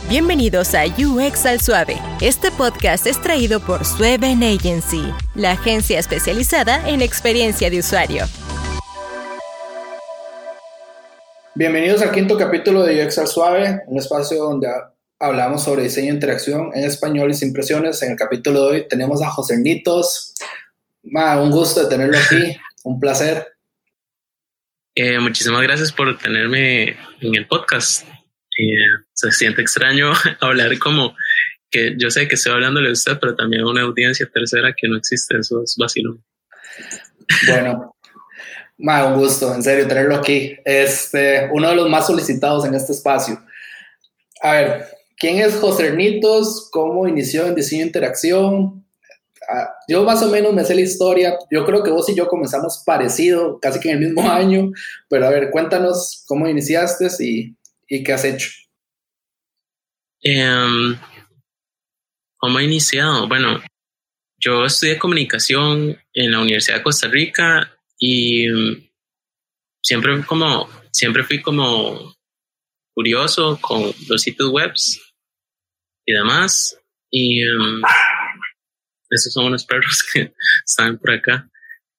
Bienvenidos a UX al Suave. Este podcast es traído por Sueven Agency, la agencia especializada en experiencia de usuario. Bienvenidos al quinto capítulo de UX al Suave, un espacio donde hablamos sobre diseño e interacción en español y sin presiones. En el capítulo de hoy tenemos a José Nitos. Un gusto de tenerlo aquí, un placer. Muchísimas gracias por tenerme en el podcast. Se siente extraño hablar como que yo sé que estoy hablándole a usted, pero también a una audiencia tercera que no existe. Eso es vacilón. Bueno, un gusto, en serio, tenerlo aquí. Uno de los más solicitados en este espacio. A ver, ¿quién es José Nitos? ¿Cómo inició en diseño e interacción? Yo más o menos me sé la historia. Yo creo que vos y yo comenzamos parecido, casi que en el mismo año. Pero a ver, cuéntanos cómo iniciaste y qué has hecho. ¿Cómo he iniciado? Bueno, yo estudié comunicación en la Universidad de Costa Rica y siempre fui como curioso con los sitios web y demás. Y esos son unos perros que están por acá.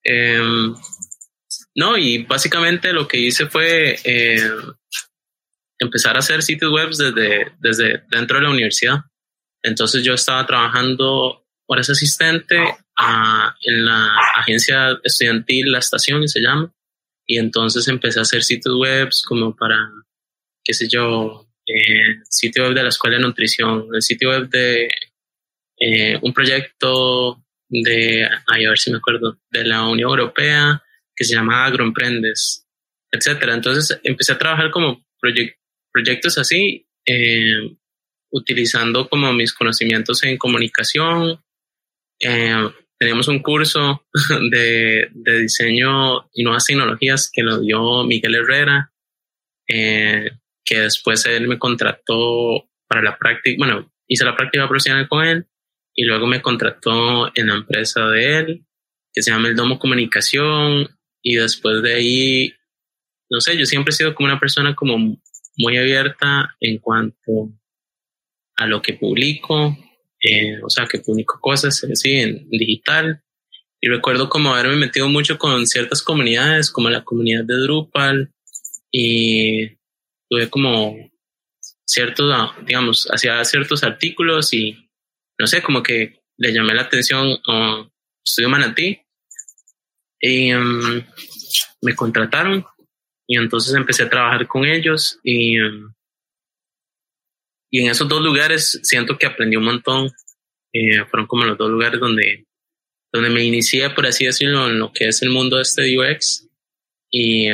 No, y básicamente lo que hice fue empezar a hacer sitios web desde dentro de la universidad. Entonces yo estaba trabajando horas asistente en la agencia estudiantil, La Estación se llama, y entonces empecé a hacer sitios web como para, qué sé yo, sitio web de la Escuela de Nutrición, el sitio web de un proyecto a ver si me acuerdo, de la Unión Europea que se llama Agroemprendes, etcétera. Entonces empecé a trabajar como proyectos así, utilizando como mis conocimientos en comunicación. Teníamos un curso de diseño y nuevas tecnologías que lo dio Miguel Herrera, que después él me contrató para la práctica. Bueno, hice la práctica profesional con él y luego me contrató en la empresa de él, que se llama El Domo Comunicación, y después de ahí, no sé, yo siempre he sido como una persona como muy abierta en cuanto a lo que publico, o sea, que publico cosas así en digital. Y recuerdo como haberme metido mucho con ciertas comunidades, como la comunidad de Drupal, y tuve como hacía ciertos artículos y no sé, como que le llamé la atención a Estudio Manatí y me contrataron. Y entonces empecé a trabajar con ellos y en esos dos lugares siento que aprendí un montón. Fueron como los dos lugares donde me inicié, por así decirlo, en lo que es el mundo de UX. Y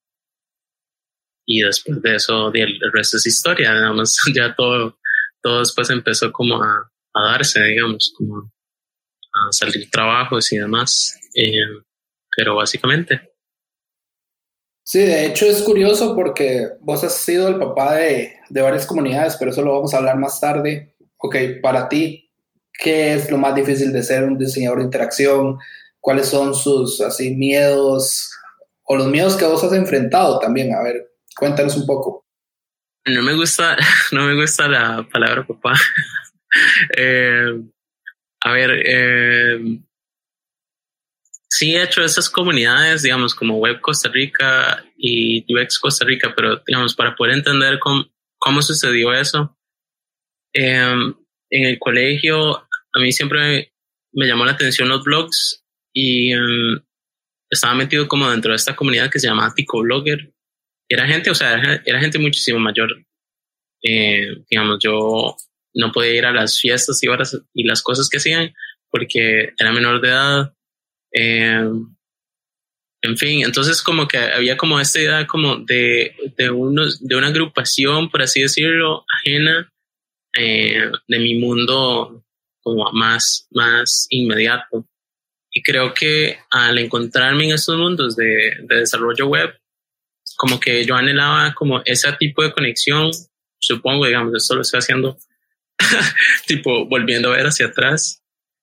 después de eso, el resto es historia. Digamos, ya todo después empezó como a darse, digamos, como a salir trabajos y demás. Pero básicamente... Sí, de hecho es curioso porque vos has sido el papá de varias comunidades, pero eso lo vamos a hablar más tarde. Ok, para ti, ¿qué es lo más difícil de ser un diseñador de interacción? ¿Cuáles son sus así miedos o los miedos que vos has enfrentado también? A ver, cuéntanos un poco. No me gusta la palabra papá. Sí he hecho esas comunidades, digamos, como Web Costa Rica y UX Costa Rica, pero, digamos, para poder entender cómo sucedió eso, en el colegio a mí siempre me llamó la atención los blogs y estaba metido como dentro de esta comunidad que se llama Ticoblogger. Era gente muchísimo mayor. Digamos, yo no podía ir a las fiestas y las cosas que hacían porque era menor de edad. En fin, entonces como que había como esta idea como de una agrupación, por así decirlo, ajena de mi mundo como más inmediato. Y creo que al encontrarme en estos mundos de desarrollo web, como que yo anhelaba como ese tipo de conexión, supongo, digamos, esto lo estoy haciendo tipo volviendo a ver hacia atrás.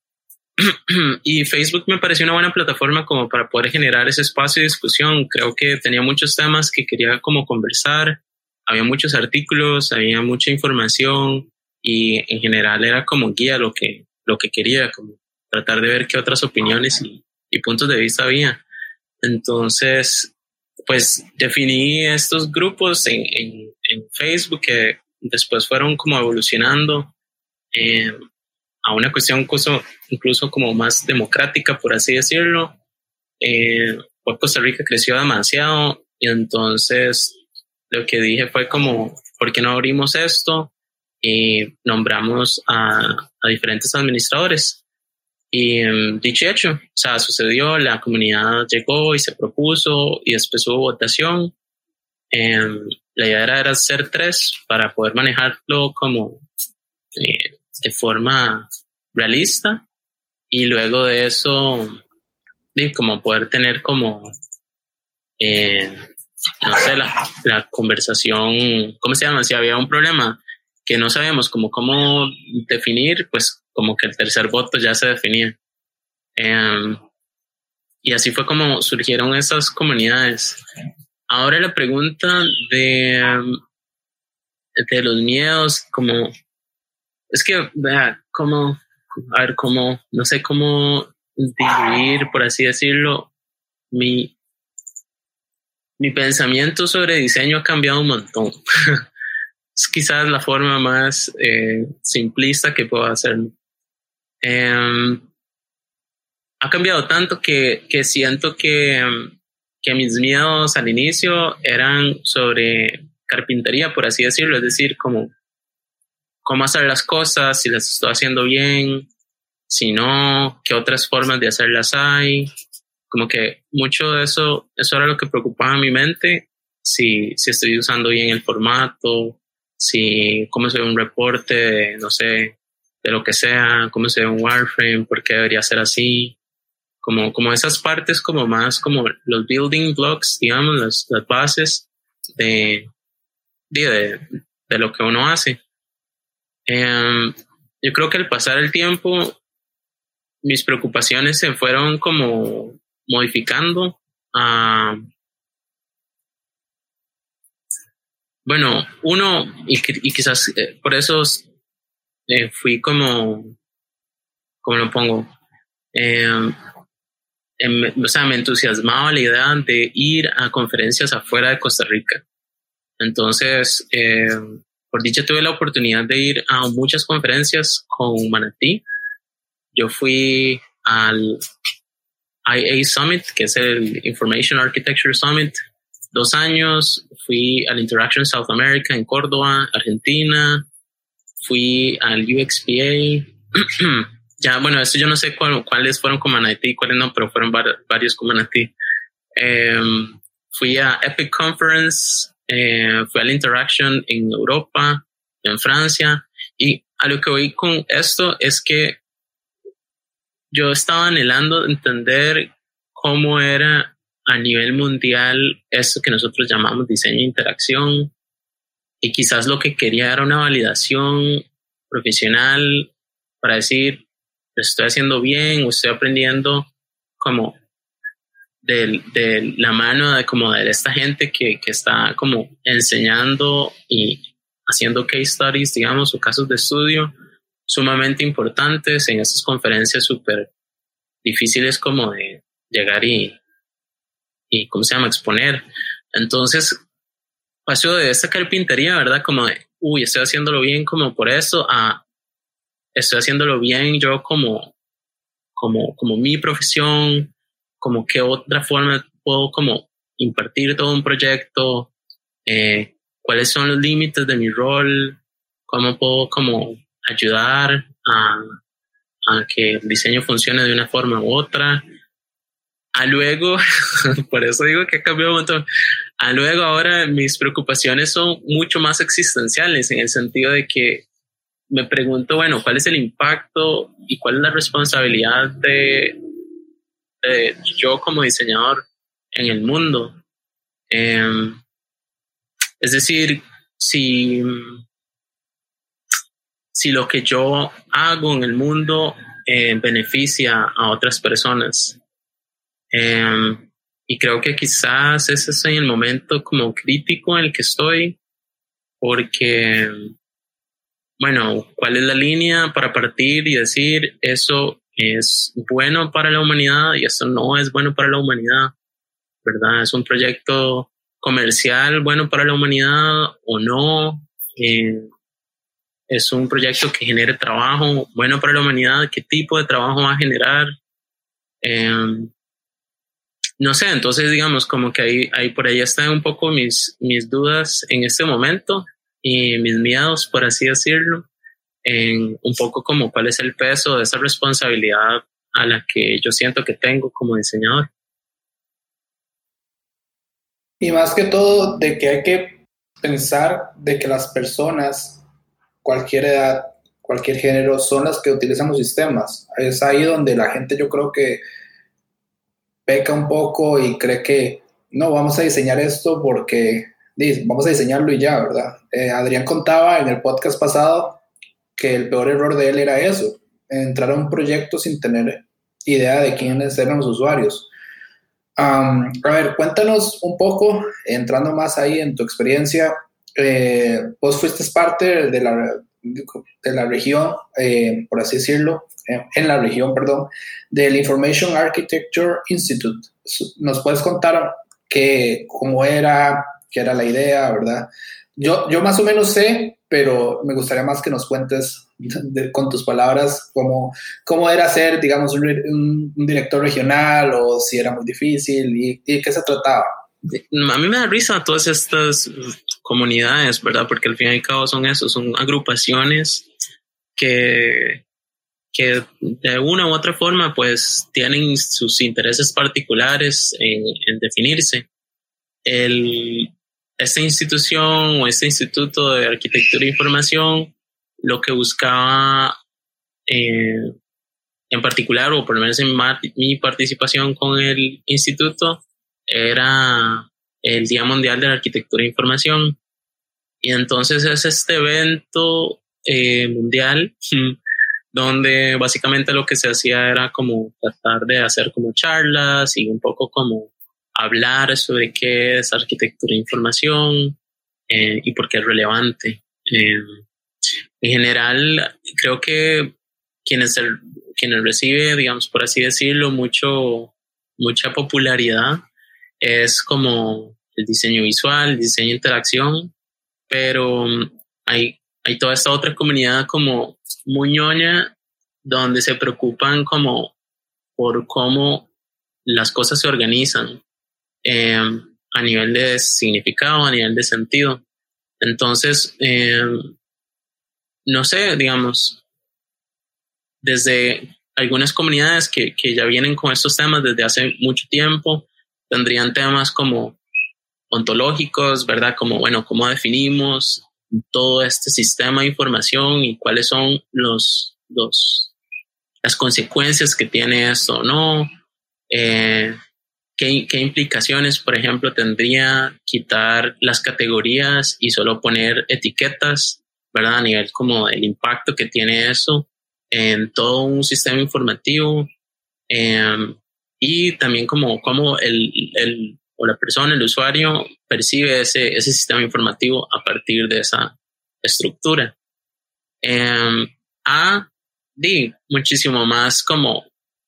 Y Facebook me pareció una buena plataforma como para poder generar ese espacio de discusión. Creo que tenía muchos temas que quería como conversar había muchos artículos, había mucha información y en general era como guía lo que quería, como tratar de ver qué otras opiniones y puntos de vista había. Entonces, pues definí estos grupos en Facebook que después fueron como evolucionando a una cuestión incluso como más democrática, por así decirlo. Pues Costa Rica creció demasiado y entonces lo que dije fue como, ¿por qué no abrimos esto? Y nombramos a diferentes administradores. Y dicho y hecho, o sea, sucedió, la comunidad llegó y se propuso y después hubo votación. La idea era ser 3 para poder manejarlo como de forma realista y luego de eso como poder tener como no sé, la conversación, ¿cómo se llama? Si había un problema que no sabíamos como cómo definir, pues como que el tercer voto ya se definía. Y así fue como surgieron esas comunidades. Ahora la pregunta de los miedos, como es que vea, como a ver, como no sé cómo diluir, por así decirlo, mi pensamiento sobre diseño ha cambiado un montón. Es quizás la forma más simplista que puedo hacerlo. Ha cambiado tanto que siento que mis miedos al inicio eran sobre carpintería, por así decirlo, es decir, como cómo hacer las cosas, si las estoy haciendo bien, si no, qué otras formas de hacerlas hay. Como que mucho de eso era lo que preocupaba en mi mente, si estoy usando bien el formato, cómo se ve un reporte de, no sé, de lo que sea, cómo se ve un wireframe, por qué debería ser así, como esas partes como más como los building blocks, digamos, las bases de lo que uno hace. Yo creo que al pasar el tiempo mis preocupaciones se fueron como modificando. Bueno, uno, y quizás por eso fui como lo pongo, o sea, me entusiasmaba la idea de ir a conferencias afuera de Costa Rica. Entonces, por dicha tuve la oportunidad de ir a muchas conferencias con Manatí. Yo fui al IA Summit, que es el Information Architecture Summit, 2 años. Fui al Interaction South America en Córdoba, Argentina. Fui al UXPA. Ya, bueno, esto yo no sé cuáles fueron con Manatí, cuáles no, pero fueron varios con Manatí. Fui a Epic Conference, fui al Interaction en Europa, en Francia, y a lo que voy con esto es que yo estaba anhelando entender cómo era a nivel mundial esto que nosotros llamamos diseño e interacción, y quizás lo que quería era una validación profesional para decir, lo estoy haciendo bien o estoy aprendiendo como de la mano de esta gente que está como enseñando y haciendo case studies, digamos, o casos de estudio sumamente importantes en estas conferencias súper difíciles como de llegar y ¿cómo se llama? Exponer. Entonces pasó de esta carpintería, ¿verdad? Como de, estoy haciéndolo bien como por eso, a estoy haciéndolo bien yo como mi profesión, como qué otra forma puedo como impartir todo un proyecto, cuáles son los límites de mi rol, cómo puedo como ayudar a que el diseño funcione de una forma u otra. A luego, por eso digo que ha cambiado un montón. A luego ahora mis preocupaciones son mucho más existenciales, en el sentido de que me pregunto, bueno, ¿cuál es el impacto y cuál es la responsabilidad de yo como diseñador en el mundo? Es decir, si lo que yo hago en el mundo beneficia a otras personas. Y creo que quizás ese es en el momento como crítico en el que estoy, porque, bueno, ¿cuál es la línea para partir y decir eso es bueno para la humanidad y eso no es bueno para la humanidad? ¿Verdad? ¿Es un proyecto comercial bueno para la humanidad o no? ¿Es un proyecto que genere trabajo bueno para la humanidad? ¿Qué tipo de trabajo va a generar? No sé, entonces digamos como que ahí por ahí están un poco mis dudas en este momento y mis miedos, por así decirlo, en un poco como cuál es el peso de esa responsabilidad a la que yo siento que tengo como diseñador. Y más que todo, de que hay que pensar de que las personas, cualquier edad, cualquier género, son las que utilizan los sistemas. Es ahí donde la gente, yo creo que peca un poco y cree que no, vamos a diseñar esto porque vamos a diseñarlo y ya, ¿verdad? Adrián contaba en el podcast pasado que el peor error de él era eso, entrar a un proyecto sin tener idea de quiénes eran los usuarios. A ver, cuéntanos un poco, entrando más ahí en tu experiencia. Vos fuiste parte de la región, por así decirlo, en la región, perdón, del Information Architecture Institute. ¿Nos puedes contar cómo era, qué era la idea, verdad? Yo más o menos sé, pero me gustaría más que nos cuentes con tus palabras cómo era ser, digamos, un director regional o si era muy difícil y qué se trataba. A mí me da risa todas estas comunidades, ¿verdad? Porque al fin y al cabo son agrupaciones que de una u otra forma pues tienen sus intereses particulares en definirse. Esta institución o este Instituto de Arquitectura e Información lo que buscaba en particular, o por lo menos en mi participación con el instituto, era el Día Mundial de la Arquitectura e Información. Y entonces es este evento mundial donde básicamente lo que se hacía era como tratar de hacer como charlas y un poco como hablar sobre qué es arquitectura e información y por qué es relevante. En general, creo que quienes recibe, digamos, por así decirlo, mucha popularidad es como el diseño visual, el diseño de interacción, pero hay toda esta otra comunidad como muy ñoña donde se preocupan como por cómo las cosas se organizan a nivel de significado, a nivel de sentido. Entonces, no sé, digamos, desde algunas comunidades que ya vienen con estos temas desde hace mucho tiempo, tendrían temas como ontológicos, ¿verdad? Como, bueno, cómo definimos todo este sistema de información y cuáles son las consecuencias que tiene esto, ¿no? ¿Qué implicaciones, por ejemplo, tendría quitar las categorías y solo poner etiquetas, ¿verdad? A nivel como el impacto que tiene eso en todo un sistema informativo, y también como o la persona, el usuario, percibe ese sistema informativo a partir de esa estructura. Muchísimo más como,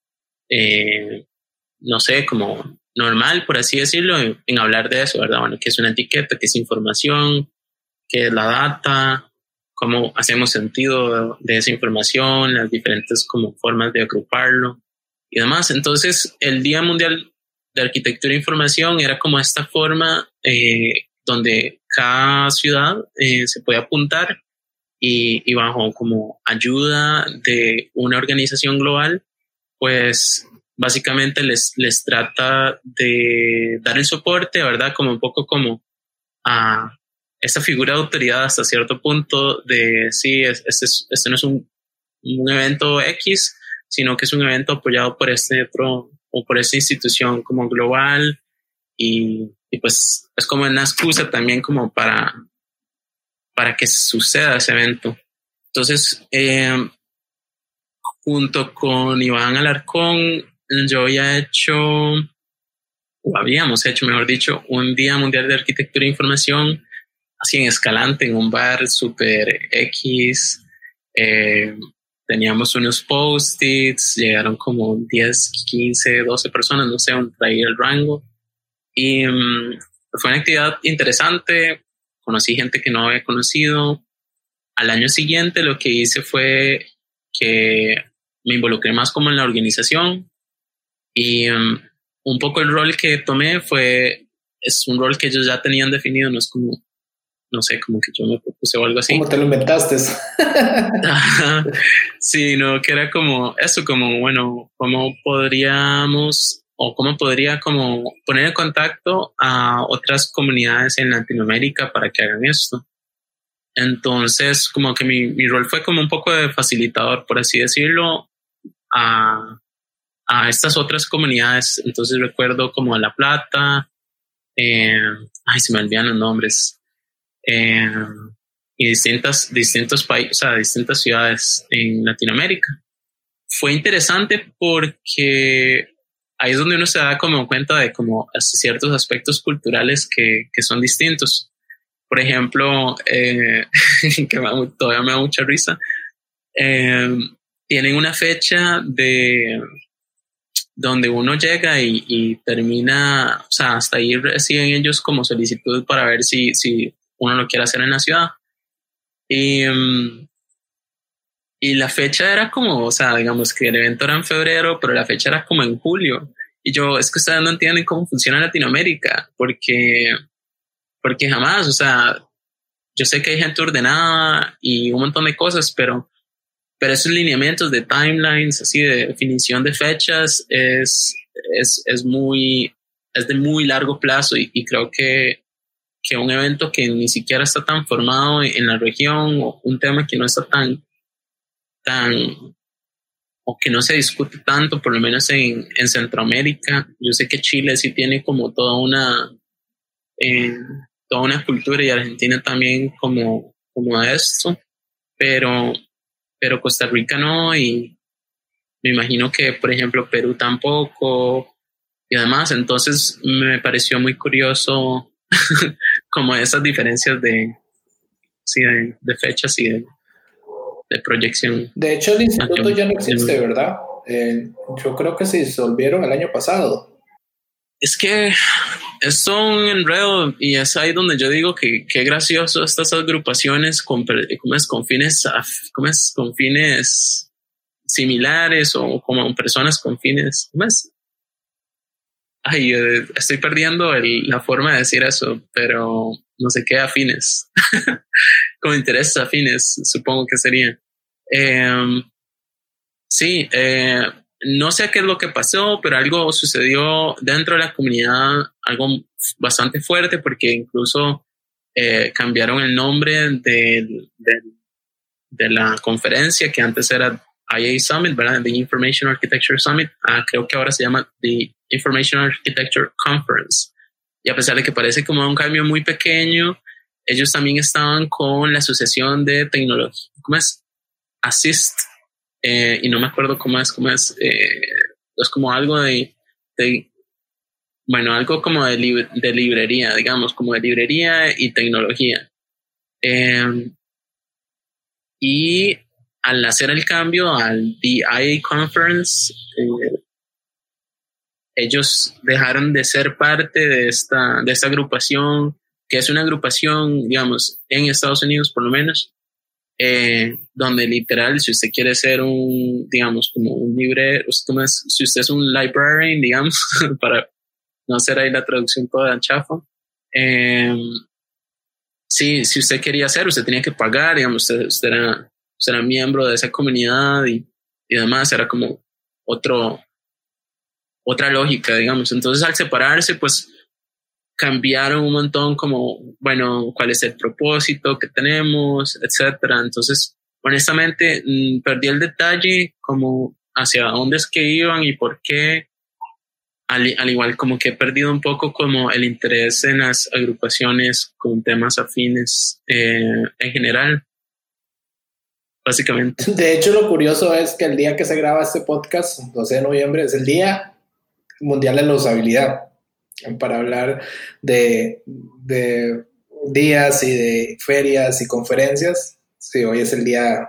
no sé, como normal, por así decirlo, en hablar de eso, ¿verdad? Bueno, ¿qué es una etiqueta? ¿Qué es información? ¿Qué es la data? ¿Cómo hacemos sentido de esa información? Las diferentes como formas de agruparlo y demás. Entonces, el Día Mundial de Arquitectura e Información era como esta forma donde cada ciudad se puede apuntar y bajo como ayuda de una organización global, pues básicamente les trata de dar el soporte, ¿verdad? Como un poco como a esta figura de autoridad hasta cierto punto de sí, este no es un evento X, sino que es un evento apoyado por este otro o por esta institución como global y pues es como una excusa también como para que suceda ese evento. Entonces, junto con Iván Alarcón, yo habíamos hecho, mejor dicho, un Día Mundial de Arquitectura e Información así en Escalante, en un bar super X. Teníamos unos post-its, llegaron como 10, 15, 12 personas, no sé, ahí el rango. Y fue una actividad interesante, conocí gente que no había conocido. Al año siguiente lo que hice fue que me involucré más como en la organización y un poco el rol que tomé es un rol que ellos ya tenían definido, no es como, no sé, como que yo me propuse o algo así. ¿Cómo te lo inventaste? Sí, no, que era como eso, como, bueno, cómo podríamos o cómo podría como poner en contacto a otras comunidades en Latinoamérica para que hagan esto. Entonces, como que mi rol fue como un poco de facilitador, por así decirlo, a estas otras comunidades. Entonces recuerdo como La Plata, se me olvidan los nombres, y distintos países, o sea, distintas ciudades en Latinoamérica. Fue interesante porque ahí es donde uno se da como cuenta de como ciertos aspectos culturales que son distintos. Por ejemplo, que todavía me da mucha risa, tienen una fecha donde uno llega y termina, o sea, hasta ahí reciben ellos como solicitud para ver si uno lo quiere hacer en la ciudad. Y la fecha era como, o sea, digamos que el evento era en febrero, pero la fecha era como en julio. Y yo, es que ustedes no entienden cómo funciona Latinoamérica, porque jamás, o sea, yo sé que hay gente ordenada y un montón de cosas, pero esos lineamientos de timelines, así de definición de fechas, es de muy largo plazo y creo que un evento que ni siquiera está tan formado en la región o un tema que no está tan o que no se discute tanto, por lo menos en Centroamérica. Yo sé que Chile sí tiene como toda una cultura y Argentina también como esto, pero Costa Rica no, y me imagino que por ejemplo Perú tampoco y además. Entonces me pareció muy curioso como esas diferencias de fechas y de proyección. De hecho, el instituto ya no existe, ¿verdad? Yo creo que se disolvieron el año pasado. Es que es un enredo y es ahí donde yo digo que qué gracioso estas agrupaciones con fines similares o como personas con fines. Estoy perdiendo la forma de decir eso, pero no sé qué afines. Con intereses afines, supongo que sería. Sí, no sé qué es lo que pasó, pero algo sucedió dentro de la comunidad, algo bastante fuerte, porque incluso cambiaron el nombre de la conferencia, que antes era IA Summit, ¿verdad? The Information Architecture Summit. Creo que ahora se llama The Information Architecture Conference. Y a pesar de que parece como un cambio muy pequeño, ellos también estaban con la Asociación de Tecnología. ¿Cómo es? ASIST. Y no me acuerdo cómo es. Es como algo algo como de librería, digamos, como de librería y tecnología. Y al hacer el cambio al DIA Conference, ellos dejaron de ser parte de esta agrupación, que es una agrupación, digamos, en Estados Unidos por lo menos, donde literal, si usted quiere ser digamos, como un librero, si usted es un librarian, digamos, para no hacer ahí la traducción toda chafa, sí, si usted quería hacer, usted tenía que pagar, digamos, usted era miembro de esa comunidad y demás, era como otra lógica, digamos. Entonces, al separarse, pues cambiaron un montón como, bueno, cuál es el propósito que tenemos, etcétera. Entonces, honestamente, perdí el detalle como hacia dónde es que iban y por qué. Al igual como que he perdido un poco como el interés en las agrupaciones con temas afines en general, básicamente. De hecho, lo curioso es que el día que se graba este podcast, 12 de noviembre, es el Día Mundial de la Usabilidad, para hablar de días y de ferias y conferencias. Sí, hoy es el Día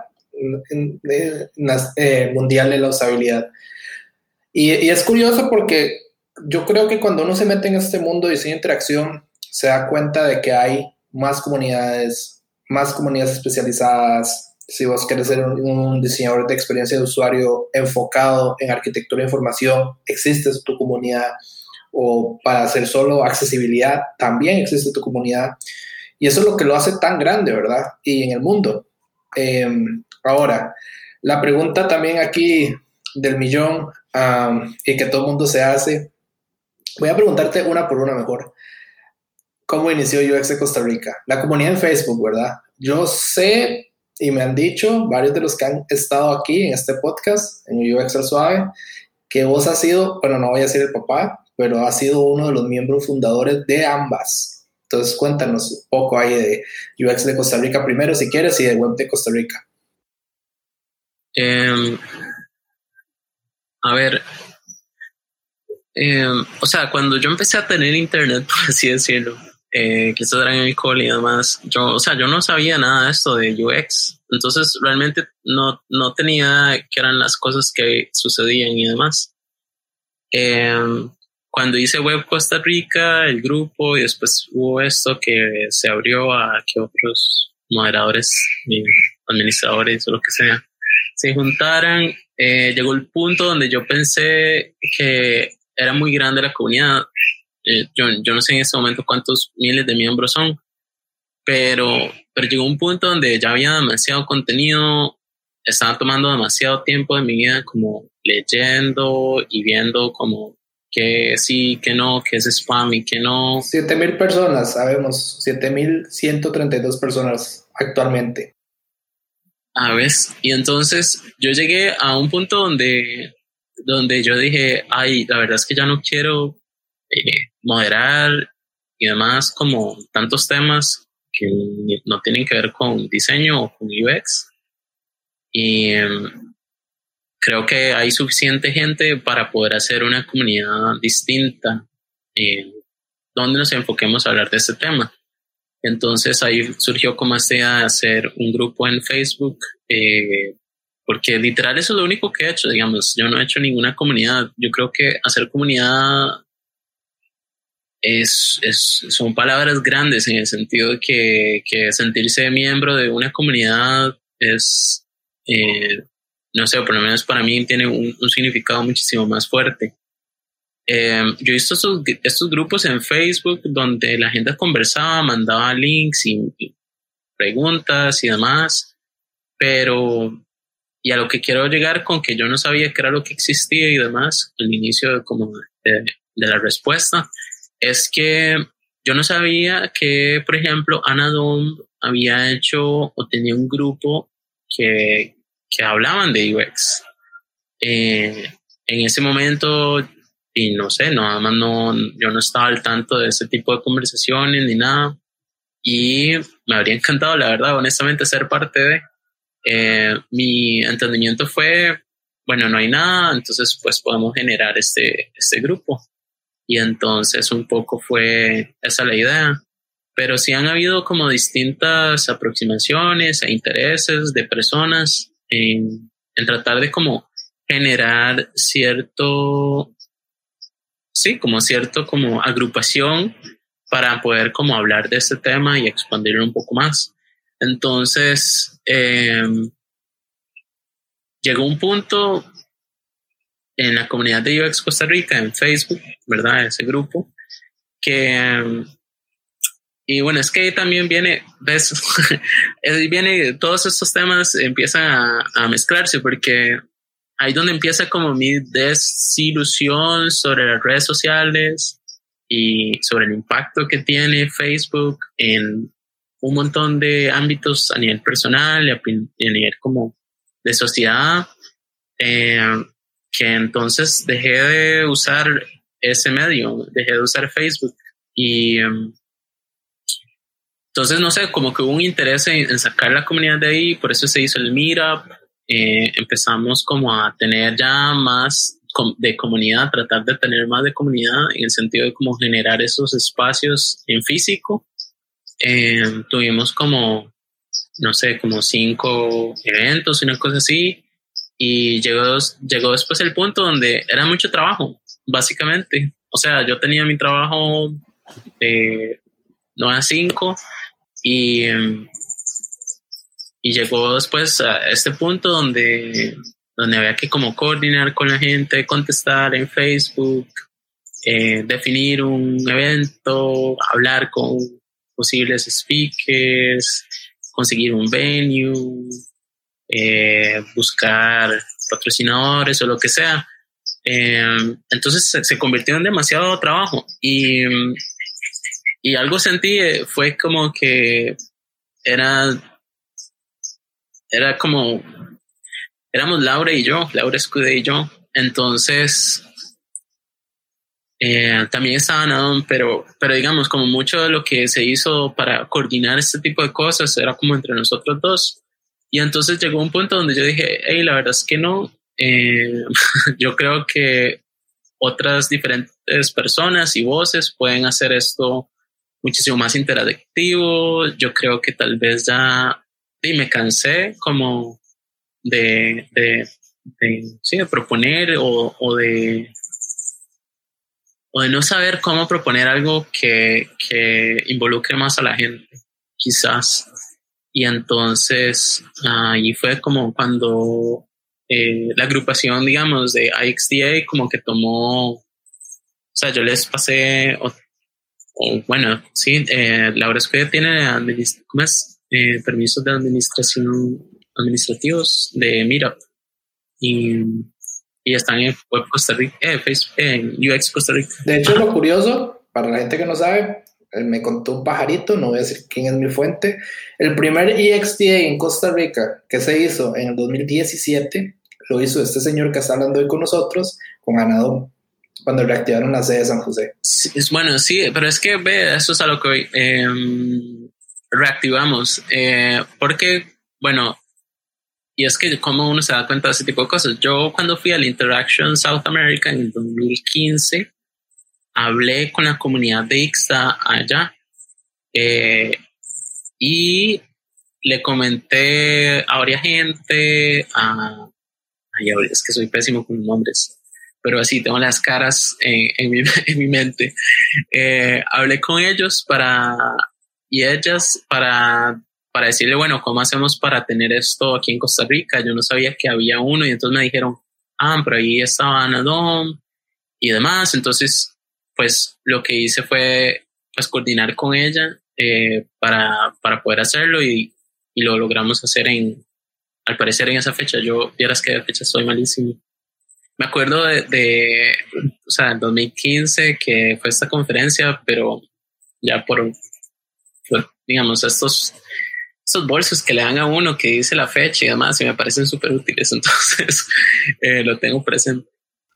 Mundial de la Usabilidad. Y es curioso porque yo creo que cuando uno se mete en este mundo de diseño e interacción, se da cuenta de que hay más comunidades especializadas. Si vos querés ser un diseñador de experiencia de usuario enfocado en arquitectura de información, existe tu comunidad. O para hacer solo accesibilidad, también existe tu comunidad. Y eso es lo que lo hace tan grande, ¿verdad? Y en el mundo. Ahora, la pregunta también aquí del millón y que todo el mundo se hace, voy a preguntarte una por una mejor. ¿Cómo inició UX de Costa Rica? La comunidad en Facebook, ¿verdad? Yo sé y me han dicho varios de los que han estado aquí en este podcast, en UX al Suave, que vos has sido, bueno, no voy a decir el papá, pero has sido uno de los miembros fundadores de ambas. Entonces, cuéntanos un poco ahí de UX de Costa Rica primero, si quieres, y de Web de Costa Rica. A ver, o sea, cuando yo empecé a tener internet, por así decirlo, que esto era en el cole y demás, yo no sabía nada de esto de UX. Entonces, realmente no tenía qué eran las cosas que sucedían y demás. Cuando hice Web Costa Rica, el grupo, y después hubo esto que se abrió a que otros moderadores, administradores o lo que sea, se juntaran, llegó el punto donde yo pensé que era muy grande la comunidad. Yo no sé en este momento cuántos miles de miembros son, pero llegó un punto donde ya había demasiado contenido, estaba tomando demasiado tiempo de mi vida como leyendo y viendo como que sí, que no, que es spam y que no. 7,000 personas, sabemos, 7,132 personas actualmente. A ver, y entonces yo llegué a un punto donde yo dije, ay, la verdad es que ya no quiero moderar y demás como tantos temas que no tienen que ver con diseño o con UX. Y creo que hay suficiente gente para poder hacer una comunidad distinta donde nos enfoquemos a hablar de este tema. Entonces ahí surgió como esta idea de hacer un grupo en Facebook, porque literal eso es lo único que he hecho, digamos, yo no he hecho ninguna comunidad. Yo creo que hacer comunidad son palabras grandes en el sentido de que sentirse miembro de una comunidad es, no sé, por lo menos para mí tiene un significado muchísimo más fuerte. Yo he visto estos grupos en Facebook donde la gente conversaba, mandaba links y preguntas y demás, y a lo que quiero llegar con que yo no sabía qué era lo que existía y demás, al inicio de la respuesta, es que yo no sabía que, por ejemplo, Ana Dom había hecho o tenía un grupo que hablaban de UX. En ese momento, y no sé, nada más yo no estaba al tanto de ese tipo de conversaciones ni nada, y me habría encantado, la verdad, honestamente, ser parte de. Mi entendimiento fue, bueno, no hay nada, entonces pues podemos generar este grupo. Y entonces un poco fue esa la idea. Pero sí han habido como distintas aproximaciones e intereses de personas en tratar de como generar cierto como agrupación para poder como hablar de este tema y expandirlo un poco más. Entonces, llegó un punto en la comunidad de UX Costa Rica, en Facebook, ¿verdad? Ese grupo, y bueno, es que también viene todos estos temas empiezan a mezclarse, porque ahí donde empieza como mi desilusión sobre las redes sociales y sobre el impacto que tiene Facebook en un montón de ámbitos a nivel personal y a nivel como de sociedad, que entonces dejé de usar ese medio, dejé de usar Facebook y entonces no sé, como que hubo un interés en sacar la comunidad de ahí, por eso se hizo el Meetup. Empezamos como a tener ya más de comunidad, tratar de tener más de comunidad en el sentido de como generar esos espacios en físico tuvimos como, no sé, como 5 eventos, una cosa así, y llegó después el punto donde era mucho trabajo, básicamente. O sea, yo tenía mi trabajo de 9 a 5 y llegó después a este punto donde había que como coordinar con la gente, contestar en Facebook, definir un evento, hablar con posibles speakers, conseguir un venue, buscar patrocinadores o lo que sea. Entonces se convirtió en demasiado trabajo y algo sentí, fue como que era como, éramos Laura Escudé y yo, entonces también estaba Nadón, pero digamos, como mucho de lo que se hizo para coordinar este tipo de cosas era como entre nosotros dos. Y entonces llegó un punto donde yo dije, hey, la verdad es que no, yo creo que otras diferentes personas y voces pueden hacer esto muchísimo más interactivo. Yo creo que tal vez ya me cansé como de proponer o de no saber cómo proponer algo que involucre más a la gente, quizás. Y entonces ahí fue como cuando la agrupación, digamos, de IXDA como que tomó, o sea, yo les pasé, bueno, sí, Laura Escudé tiene permisos de administrativos de Meetup y están en Web Costa Rica, en UX Costa Rica. De hecho, lo curioso, para la gente que no sabe, me contó un pajarito, no voy a decir quién es mi fuente, el primer EXDA en Costa Rica que se hizo en el 2017, lo hizo este señor que está hablando hoy con nosotros, con Anadón, cuando reactivaron la sede de San José. Sí, bueno, sí, pero es que eso es a lo que hoy reactivamos, porque, bueno, y es que como uno se da cuenta de ese tipo de cosas. Yo cuando fui al Interaction South America en el 2015, hablé con la comunidad de IXDA allá y le comenté a varias gente, es que soy pésimo con nombres, pero así tengo las caras en mi mente. Hablé con ellos y ellas para decirle, bueno, ¿cómo hacemos para tener esto aquí en Costa Rica? Yo no sabía que había uno y entonces me dijeron, pero ahí estaba Anadón y demás. Entonces, pues lo que hice fue pues coordinar con ella para poder hacerlo y lo logramos hacer al parecer en esa fecha. Yo vieras que de fecha estoy malísimo. Me acuerdo o sea, en 2015 que fue esta conferencia, pero ya por digamos, estos bolsos que le dan a uno que dice la fecha y demás, y me parecen súper útiles, entonces lo tengo presente.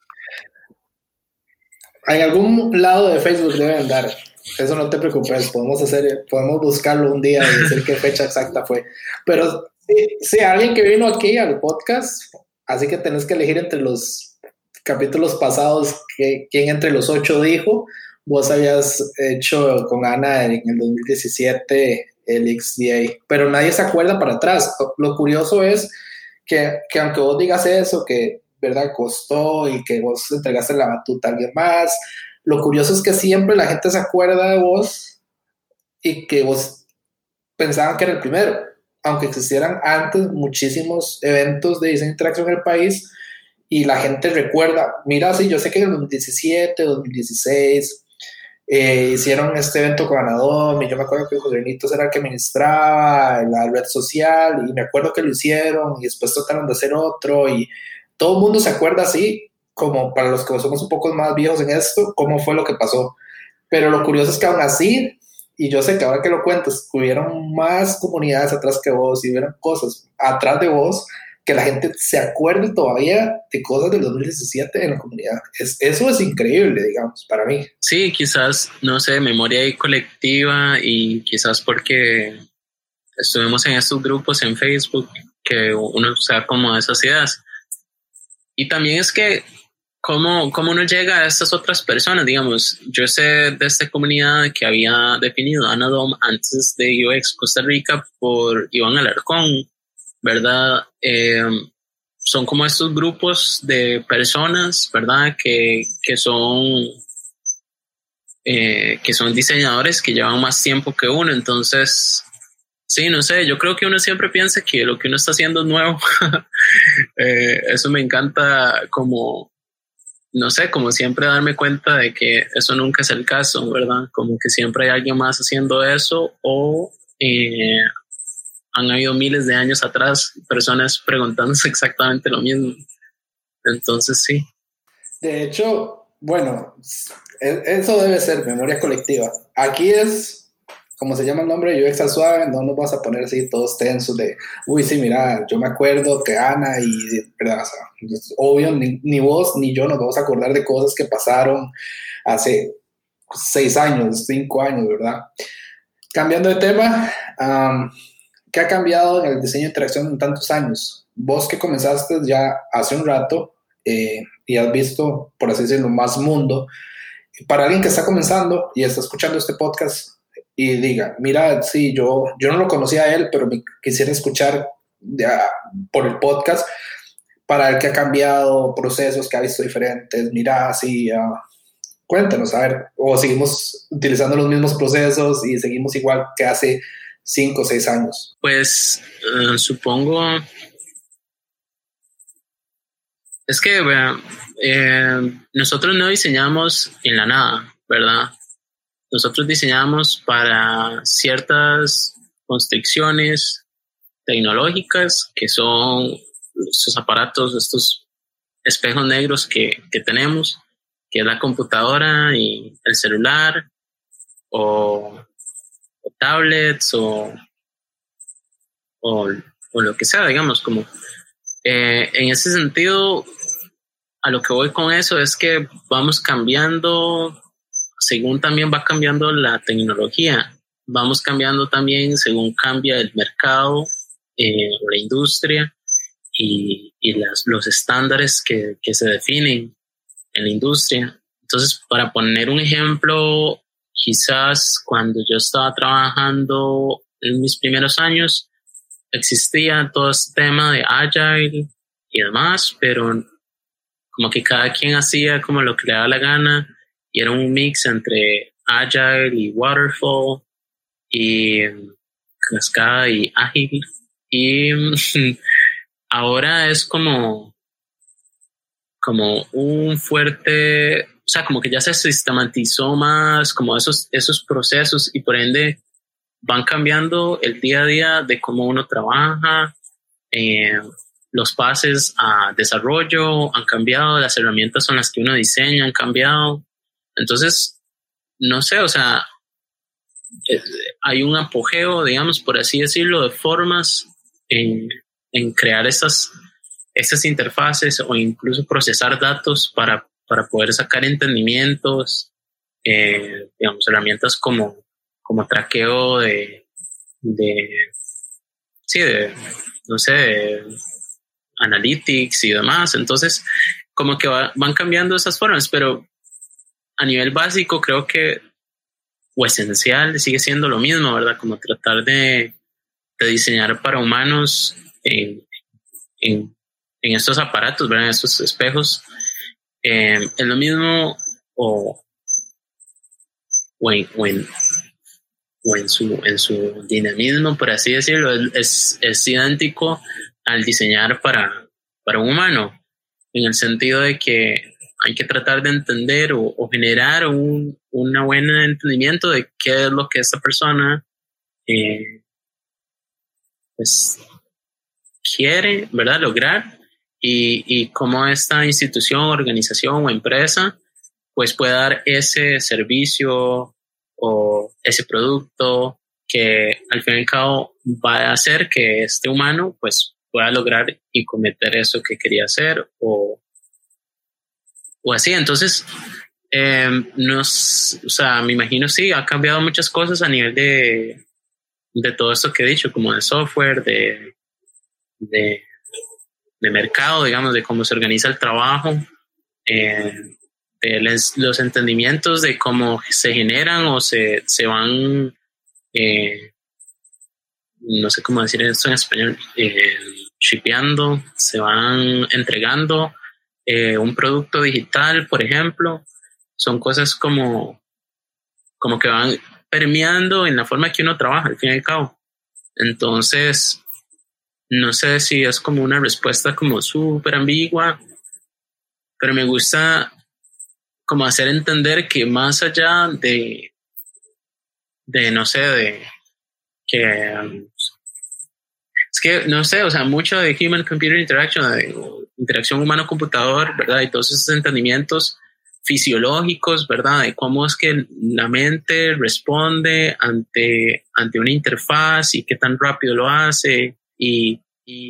En algún lado de Facebook deben dar, eso no te preocupes, podemos buscarlo un día y decir qué fecha exacta fue, pero sí, alguien que vino aquí al podcast, así que tenés que elegir entre los capítulos pasados quién entre los 8 dijo. Vos habías hecho con Ana en el 2017 el XDA, pero nadie se acuerda para atrás. Lo curioso es que aunque vos digas eso, que verdad costó y que vos entregaste la batuta a alguien más, lo curioso es que siempre la gente se acuerda de vos y que vos pensaban que era el primero, aunque existieran antes muchísimos eventos de diseño interacción en el país y la gente recuerda, mira, sí, yo sé que en el 2017, 2016 hicieron este evento con Anadón y yo me acuerdo que José Nitos era el que administraba la red social y me acuerdo que lo hicieron y después trataron de hacer otro y todo el mundo se acuerda así, como para los que somos un poco más viejos en esto, cómo fue lo que pasó. Pero lo curioso es que aún así, y yo sé que ahora que lo cuentas, hubieron más comunidades atrás que vos y hubieron cosas atrás de vos que la gente se acuerde todavía de cosas del 2017 en la comunidad. Eso es increíble, digamos, para mí. Sí, quizás, no sé, memoria colectiva y quizás porque estuvimos en estos grupos en Facebook que uno sabe como esas ideas. Y también es que ¿Cómo uno llega a estas otras personas? Digamos, yo sé de esta comunidad que había definido Anadom antes de UX Costa Rica por Iván Alarcón, ¿verdad? Son como estos grupos de personas, ¿verdad? Que son diseñadores que llevan más tiempo que uno. Entonces, sí, no sé, yo creo que uno siempre piensa que lo que uno está haciendo es nuevo. Eso me encanta, como, no sé, como siempre darme cuenta de que eso nunca es el caso, ¿verdad? Como que siempre hay alguien más haciendo eso, o han habido miles de años atrás personas preguntándose exactamente lo mismo. Entonces, sí. De hecho, bueno, eso debe ser memoria colectiva. Aquí es, como se llama el nombre, UX al suave, no nos vas a poner así todos tensos de, uy, sí, mira, yo me acuerdo que Ana y, ¿verdad? O sea, es obvio, ni vos ni yo nos vamos a acordar de cosas que pasaron hace 6 años, 5 años, ¿verdad? Cambiando de tema, ¿qué ha cambiado en el diseño de interacción en tantos años? Vos que comenzaste ya hace un rato y has visto, por así decirlo, más mundo. Para alguien que está comenzando y está escuchando este podcast y diga, mira, sí, yo no lo conocía a él, pero me quisiera escuchar por el podcast, para el que ha cambiado procesos, que ha visto diferentes, mira, sí, cuéntanos, a ver, o seguimos utilizando los mismos procesos y seguimos igual que hace 5 o 6 años. Pues supongo, es que nosotros no diseñamos en la nada, ¿verdad? Nosotros diseñamos para ciertas constricciones tecnológicas, que son estos aparatos, estos espejos negros que tenemos, que es la computadora y el celular, o tablets, o lo que sea, digamos, como en ese sentido, a lo que voy con eso es que vamos cambiando según también va cambiando la tecnología, vamos cambiando también según cambia el mercado, la industria y los estándares que se definen en la industria. Entonces, para poner un ejemplo, quizás cuando yo estaba trabajando en mis primeros años, existía todo este tema de Agile y demás, pero como que cada quien hacía como lo que le daba la gana, y era un mix entre Agile y Waterfall y Cascada y Ágil. Y ahora es como un fuerte, o sea, como que ya se sistematizó más como esos procesos, y por ende van cambiando el día a día de cómo uno trabaja. Los pases a desarrollo han cambiado, las herramientas con las que uno diseña han cambiado. Entonces, no sé, o sea, hay un apogeo, digamos, por así decirlo, de formas en crear estas interfaces, o incluso procesar datos para poder sacar entendimientos, digamos, herramientas como traqueo de no sé, de analytics y demás. Entonces, como que van cambiando esas formas, pero a nivel básico creo que, o esencial, sigue siendo lo mismo, ¿verdad? Como tratar de diseñar para humanos en estos aparatos, ¿verdad? En estos espejos. Es lo mismo, o en su dinamismo, por así decirlo, es idéntico al diseñar para un humano, en el sentido de que hay que tratar de entender o generar un buen entendimiento de qué es lo que esta persona pues quiere, ¿verdad?, lograr, y cómo esta institución, organización o empresa pues puede dar ese servicio o ese producto que al fin y al cabo va a hacer que este humano pues pueda lograr y cometer eso que quería hacer, o así. Entonces, o sea, me imagino, sí, ha cambiado muchas cosas a nivel de todo esto que he dicho, como de software, de mercado, digamos, de cómo se organiza el trabajo. los entendimientos de cómo se generan o se van, no sé cómo decir esto en español, shipeando, se van entregando un producto digital, por ejemplo. Son cosas como que van permeando en la forma que uno trabaja, al fin y al cabo. Entonces, no sé si es como una respuesta como súper ambigua, pero me gusta como hacer entender que más allá de no sé, de que es que no sé, o sea, mucho de human computer interaction, de interacción humano-computador, ¿verdad? Y todos esos entendimientos fisiológicos, ¿verdad? De cómo es que la mente responde ante una interfaz y qué tan rápido lo hace y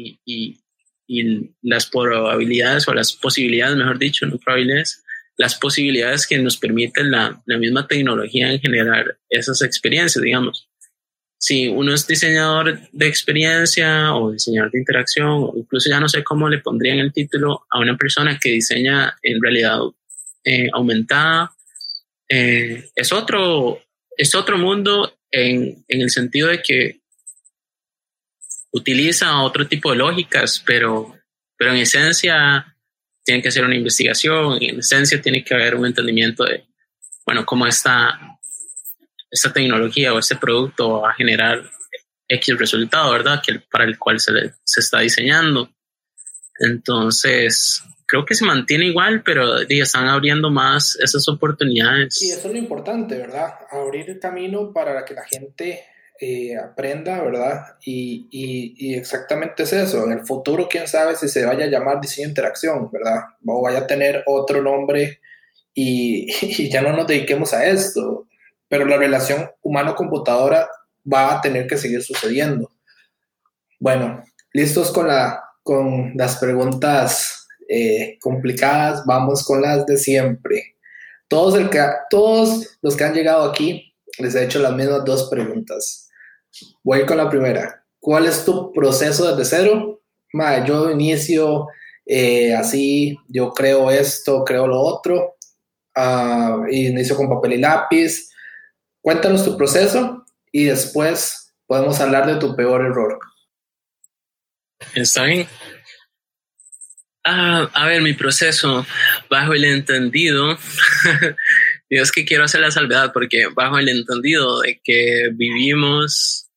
las probabilidades o las posibilidades, mejor dicho, no probabilidades, las posibilidades que nos permite la misma tecnología en generar esas experiencias, digamos. Si uno es diseñador de experiencia o diseñador de interacción, o incluso ya no sé cómo le pondrían el título a una persona que diseña en realidad aumentada, es otro mundo en el sentido de que utiliza otro tipo de lógicas, pero en esencia tiene que hacer una investigación, en esencia tiene que haber un entendimiento de, bueno, cómo esta tecnología o este producto va a generar X resultado, ¿verdad? Para el cual se está diseñando. Entonces, creo que se mantiene igual, pero están abriendo más esas oportunidades. Y eso es lo importante, ¿verdad? Abrir el camino para que la gente aprenda, ¿verdad? Y exactamente es eso. En el futuro, quién sabe si se vaya a llamar diseño de interacción, ¿verdad? O vaya a tener otro nombre y ya no nos dediquemos a esto. Pero la relación humano-computadora va a tener que seguir sucediendo. Bueno, listos con las preguntas complicadas, vamos con las de siempre. Todos los que han llegado aquí les he hecho las mismas 2 preguntas. Voy con la primera. ¿Cuál es tu proceso desde cero? Yo inicio así, yo creo esto, creo lo otro, inicio con papel y lápiz. Cuéntanos tu proceso y después podemos hablar de tu peor error. Está bien. A ver, mi proceso, bajo el entendido, yo es que quiero hacer la salvedad porque bajo el entendido de que vivimos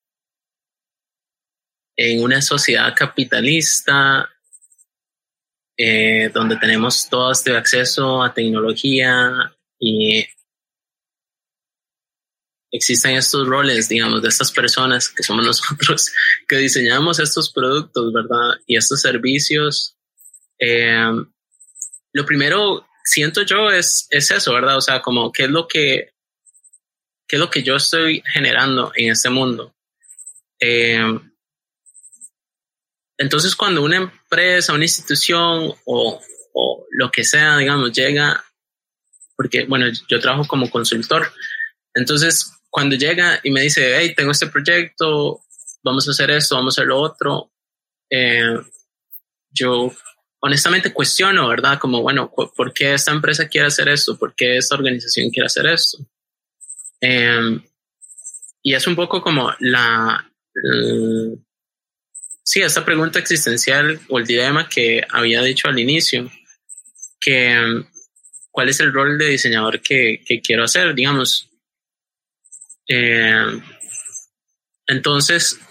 en una sociedad capitalista donde tenemos todo este acceso a tecnología y existen estos roles, digamos, de estas personas que somos nosotros que diseñamos estos productos, ¿verdad? Y estos servicios. Lo primero, siento yo, es eso, ¿verdad? O sea, como qué es lo que yo estoy generando en este mundo. Entonces, cuando una empresa, una institución o lo que sea, digamos, llega, porque, bueno, yo trabajo como consultor, entonces, cuando llega y me dice, hey, tengo este proyecto, vamos a hacer esto, vamos a hacer lo otro, yo honestamente cuestiono, ¿verdad? Como, bueno, ¿por qué esta empresa quiere hacer esto? ¿Por qué esta organización quiere hacer esto? Y es un poco como sí, esta pregunta existencial o el dilema que había dicho al inicio, que ¿cuál es el rol de diseñador que quiero hacer? Digamos, entonces,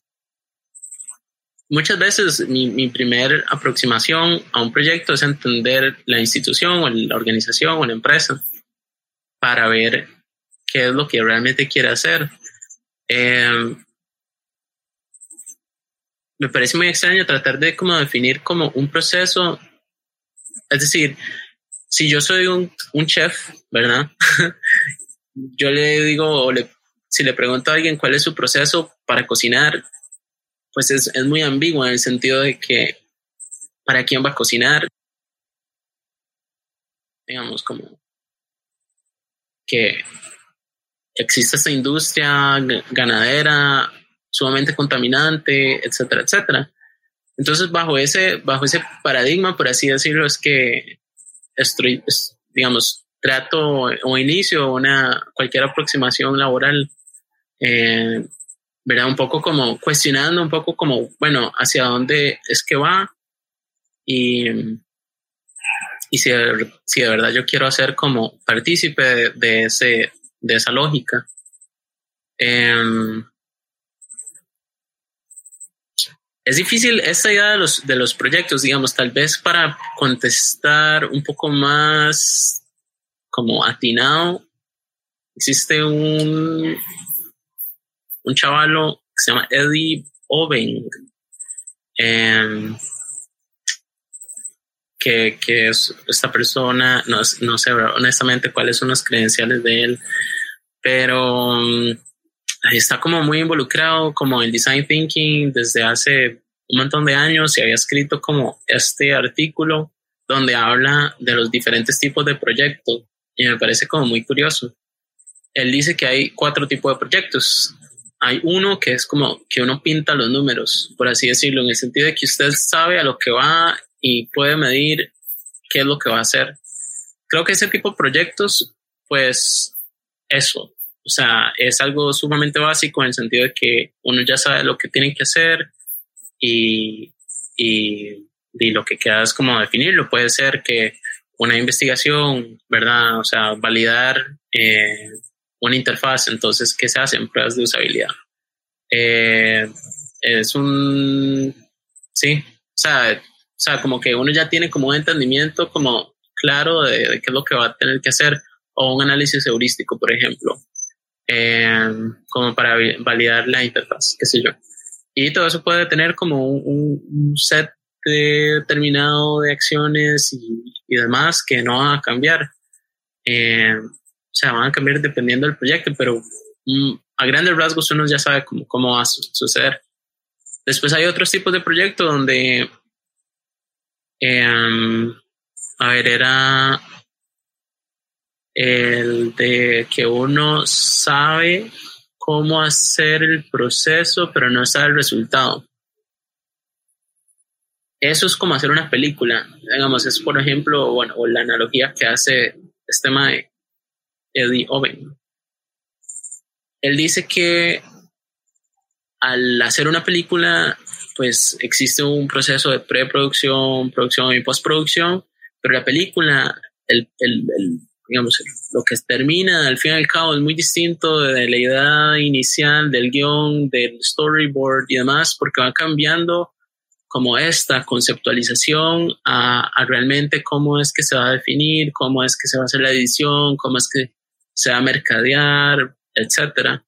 muchas veces mi primer aproximación a un proyecto es entender la institución o la organización o la empresa para ver qué es lo que realmente quiere hacer. Me parece muy extraño tratar de como definir como un proceso, es decir, si yo soy un chef, ¿verdad? Yo le digo, si le pregunto a alguien cuál es su proceso para cocinar, pues es muy ambiguo en el sentido de que para quién va a cocinar, digamos, como que existe esta industria ganadera sumamente contaminante, etcétera, etcétera. Entonces, bajo ese paradigma, por así decirlo, es que digamos, trato o inicio cualquier aproximación laboral, ¿verdad? Un poco como cuestionando un poco como, bueno, hacia dónde es que va y si de verdad yo quiero hacer como partícipe de esa lógica. Es difícil esta idea de los proyectos, digamos, tal vez para contestar un poco más como atinado. Existe un chavalo que se llama Eddie Oving, que es esta persona, no sé honestamente cuáles son las credenciales de él, pero está como muy involucrado como en design thinking desde hace un montón de años y había escrito como este artículo donde habla de los diferentes tipos de proyectos y me parece como muy curioso. Él dice que hay 4 tipos de proyectos. Hay uno que es como que uno pinta los números, por así decirlo, en el sentido de que usted sabe a lo que va y puede medir qué es lo que va a hacer. Creo que ese tipo de proyectos, pues eso, o sea, es algo sumamente básico en el sentido de que uno ya sabe lo que tiene que hacer y lo que queda es como definirlo. Puede ser que una investigación, ¿verdad? O sea, validar una interfaz. Entonces, ¿qué se hacen? Pruebas de usabilidad. Sí, o sea, como que uno ya tiene como un entendimiento como claro de qué es lo que va a tener que hacer, o un análisis heurístico, por ejemplo, como para validar la interfaz, qué sé yo. Y todo eso puede tener como un set determinado de acciones y demás que no van a cambiar. O sea, van a cambiar dependiendo del proyecto, pero a grandes rasgos uno ya sabe cómo va a suceder. Después hay otros tipos de proyectos donde, era el de que uno sabe cómo hacer el proceso, pero no sabe el resultado. Eso es como hacer una película. Digamos, es por ejemplo, bueno, o la analogía que hace este mae, Eddie Oving. Él dice que al hacer una película, pues existe un proceso de preproducción, producción y postproducción, pero la película, digamos, lo que termina al fin y al cabo es muy distinto de la idea inicial del guión, del storyboard y demás, porque va cambiando como esta conceptualización a realmente cómo es que se va a definir, cómo es que se va a hacer la edición, cómo es que se va a mercadear, etcétera.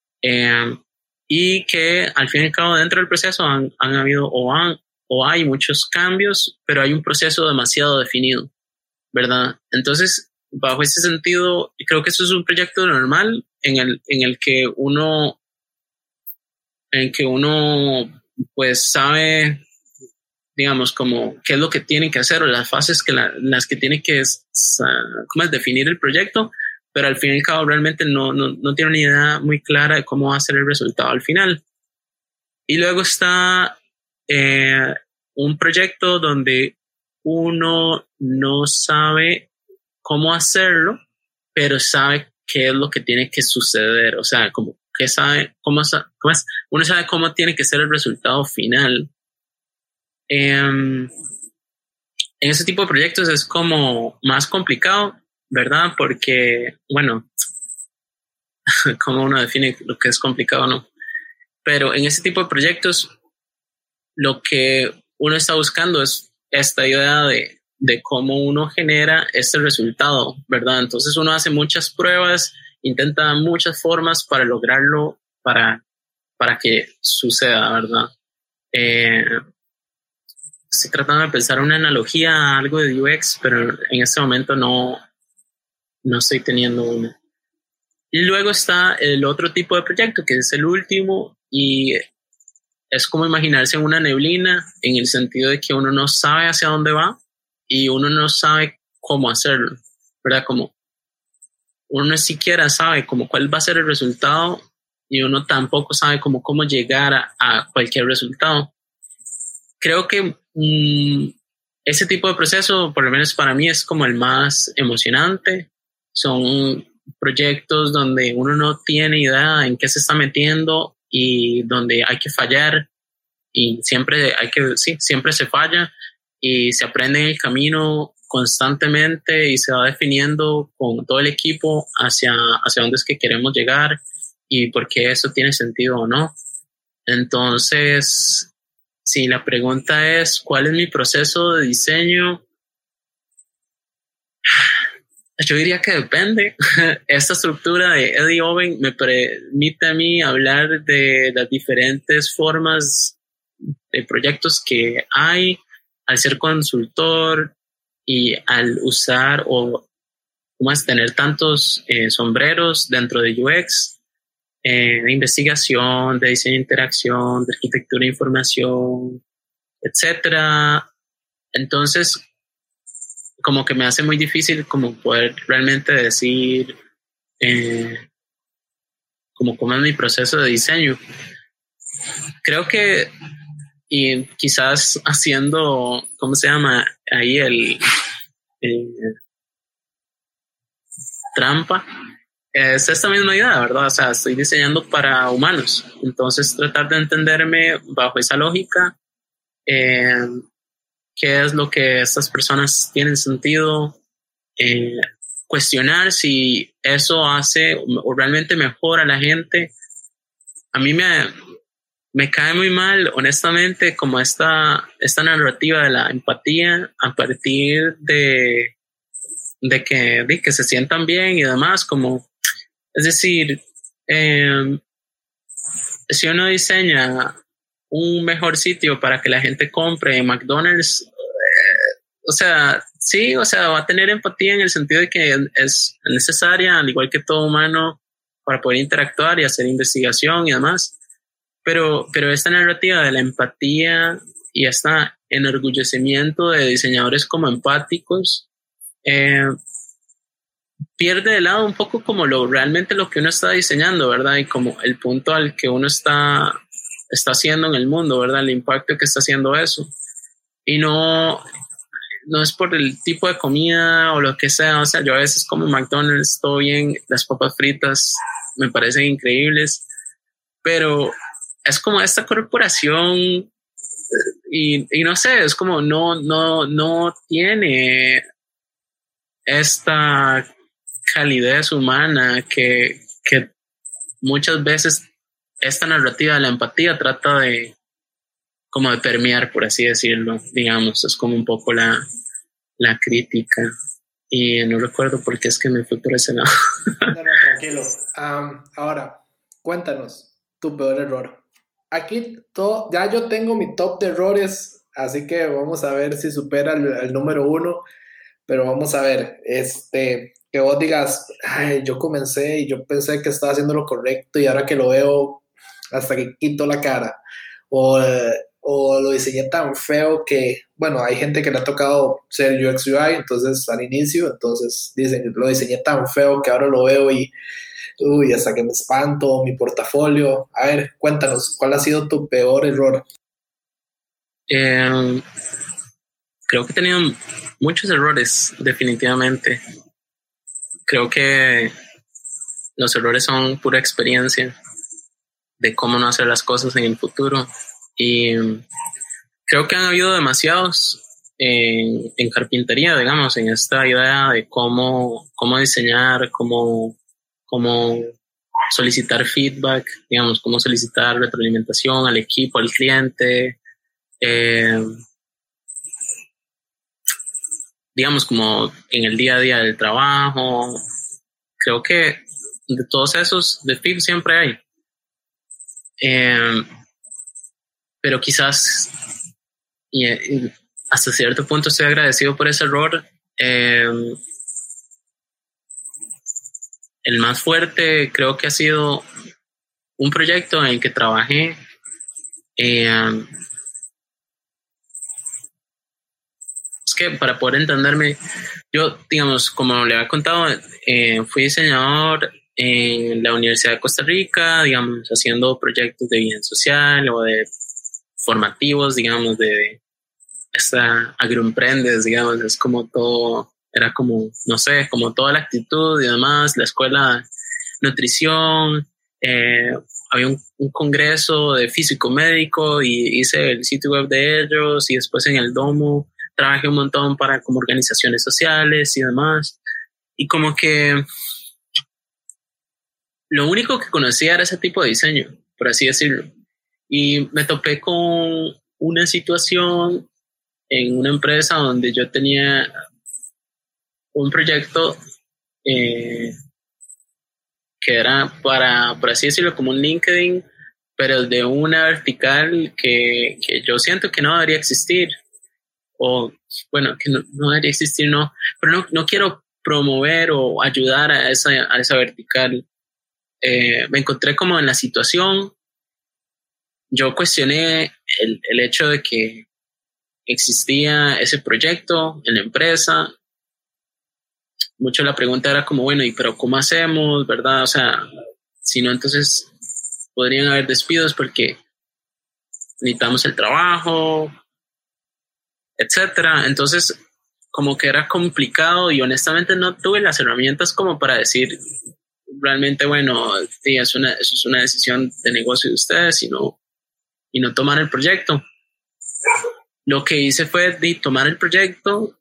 Y que al fin y al cabo dentro del proceso han habido o hay muchos cambios, pero hay un proceso demasiado definido, ¿verdad? Entonces, bajo ese sentido, creo que eso es un proyecto normal en el que uno pues sabe, digamos, como qué es lo que tiene que hacer o las fases las que tiene que ¿cómo es? Definir el proyecto, pero al fin y al cabo realmente no tiene una idea muy clara de cómo va a ser el resultado al final. Y luego está un proyecto donde uno no sabe cómo hacerlo, pero sabe qué es lo que tiene que suceder. O sea, como que sabe cómo es, uno sabe cómo tiene que ser el resultado final. En ese tipo de proyectos es como más complicado, ¿verdad? Porque, bueno, cómo uno define lo que es complicado o no. Pero en ese tipo de proyectos, lo que uno está buscando es esta idea de cómo uno genera este resultado, ¿verdad? Entonces uno hace muchas pruebas, intenta muchas formas para lograrlo, para que suceda, ¿verdad? Estoy tratando de pensar una analogía a algo de UX, pero en este momento no estoy teniendo una. Y luego está el otro tipo de proyecto, que es el último, y es como imaginarse en una neblina, en el sentido de que uno no sabe hacia dónde va y uno no sabe cómo hacerlo, ¿verdad? Como uno ni siquiera sabe como cuál va a ser el resultado y uno tampoco sabe cómo llegar a cualquier resultado. Creo que ese tipo de proceso, por lo menos para mí, es como el más emocionante. Son proyectos donde uno no tiene idea en qué se está metiendo y donde hay que fallar y siempre se falla y se aprende en el camino constantemente y se va definiendo con todo el equipo hacia dónde es que queremos llegar y por qué eso tiene sentido o no. Entonces, si la pregunta es ¿cuál es mi proceso de diseño? Yo diría que depende. Esta estructura de Eddie Oven me permite a mí hablar de las diferentes formas de proyectos que hay al ser consultor y al usar o más tener tantos sombreros dentro de UX, de investigación, de diseño de interacción, de arquitectura de información, etcétera. Entonces, como que me hace muy difícil como poder realmente decir como cómo es mi proceso de diseño. Creo que, y quizás haciendo, ¿cómo se llama? Ahí el trampa. Es esta misma idea, ¿verdad? O sea, estoy diseñando para humanos. Entonces, tratar de entenderme bajo esa lógica. ¿Qué es lo que estas personas tienen sentido? Cuestionar si eso hace o realmente mejora a la gente. A mí me cae muy mal, honestamente, como esta narrativa de la empatía a partir de que se sientan bien y demás, como, es decir, si uno diseña un mejor sitio para que la gente compre en McDonald's, o sea, sí, o sea, va a tener empatía en el sentido de que es necesaria, al igual que todo humano, para poder interactuar y hacer investigación y demás. Pero esta narrativa de la empatía y este enorgullecimiento de diseñadores como empáticos pierde de lado un poco como realmente lo que uno está diseñando, ¿verdad? Y como el punto al que uno está haciendo en el mundo, ¿verdad? El impacto que está haciendo eso. Y no es por el tipo de comida o lo que sea. O sea, yo a veces como McDonald's, todo bien, las papas fritas me parecen increíbles, pero es como esta corporación y no sé, es como no tiene esta calidez humana que muchas veces esta narrativa de la empatía trata de como de permear, por así decirlo, digamos. Es como un poco la crítica y no recuerdo por qué es que me fui por ese lado. No, tranquilo. Ahora, cuéntanos tu peor error. Aquí ya yo tengo mi top de errores, así que vamos a ver si supera el número 1, pero vamos a ver, que vos digas, ay, yo comencé y yo pensé que estaba haciendo lo correcto y ahora que lo veo, hasta que quito la cara, o lo diseñé tan feo que, bueno, hay gente que le ha tocado ser UX UI, entonces al inicio, entonces dicen, lo diseñé tan feo que ahora lo veo y uy, hasta que me espanto, mi portafolio. A ver, cuéntanos, ¿cuál ha sido tu peor error? Creo que he tenido muchos errores, definitivamente. Creo que los errores son pura experiencia de cómo no hacer las cosas en el futuro. Y creo que han habido demasiados en carpintería, digamos, en esta idea de cómo diseñar, cómo solicitar feedback, digamos, cómo solicitar retroalimentación al equipo, al cliente, digamos, como en el día a día del trabajo. Creo que de todos esos, de FIG siempre hay. Pero quizás, y hasta cierto punto estoy agradecido por ese error. El más fuerte creo que ha sido un proyecto en el que trabajé. Es que para poder entenderme, yo, digamos, como le había contado, fui diseñador en la Universidad de Costa Rica, digamos, haciendo proyectos de bien social o de formativos, digamos, de esta agroemprendes, digamos, es como todo, era como, no sé, como toda la actitud y demás, la escuela, nutrición, había un congreso de físico médico y hice el sitio web de ellos y después en el domo trabajé un montón para como organizaciones sociales y demás. Y como que lo único que conocía era ese tipo de diseño, por así decirlo. Y me topé con una situación en una empresa donde yo tenía un proyecto que era para, por así decirlo, como un LinkedIn, pero de una vertical que yo siento que no debería existir. O, bueno, que no debería existir, no. Pero no quiero promover o ayudar a esa vertical. Me encontré como en la situación. Yo cuestioné el hecho de que existía ese proyecto en la empresa. Mucho la pregunta era como, bueno, pero ¿cómo hacemos, verdad? O sea, si no, entonces podrían haber despidos porque necesitamos el trabajo, etcétera. Entonces, como que era complicado y honestamente no tuve las herramientas como para decir realmente, bueno, sí, eso es una decisión de negocio de ustedes y no tomar el proyecto. Lo que hice fue tomar el proyecto.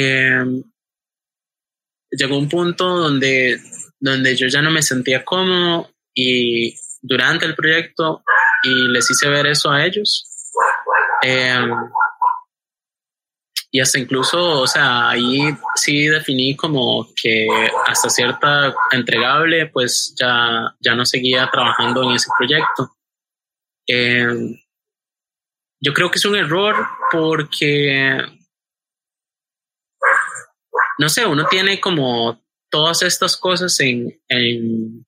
Llegó un punto donde yo ya no me sentía cómodo y durante el proyecto y les hice ver eso a ellos. Y hasta incluso, o sea, ahí sí definí como que hasta cierta entregable, pues ya no seguía trabajando en ese proyecto. Yo creo que es un error porque, no sé, uno tiene como todas estas cosas en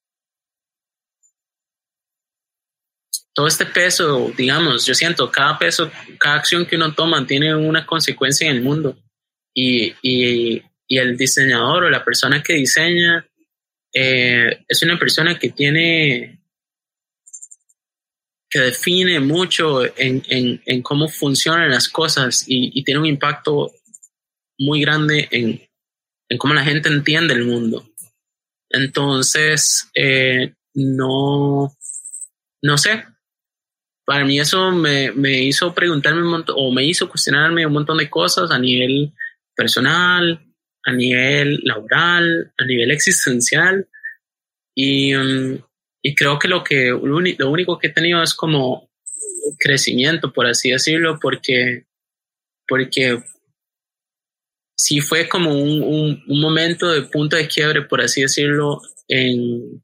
todo este peso, digamos, yo siento cada peso, cada acción que uno toma tiene una consecuencia en el mundo y el diseñador o la persona que diseña es una persona que define mucho en cómo funcionan las cosas y tiene un impacto muy grande en cómo la gente entiende el mundo. Entonces, no sé. Para mí eso me hizo preguntarme un montón, o me hizo cuestionarme un montón de cosas a nivel personal, a nivel laboral, a nivel existencial. Y creo que lo único que he tenido es como crecimiento, por así decirlo, porque sí fue como un momento de punto de quiebre, por así decirlo, en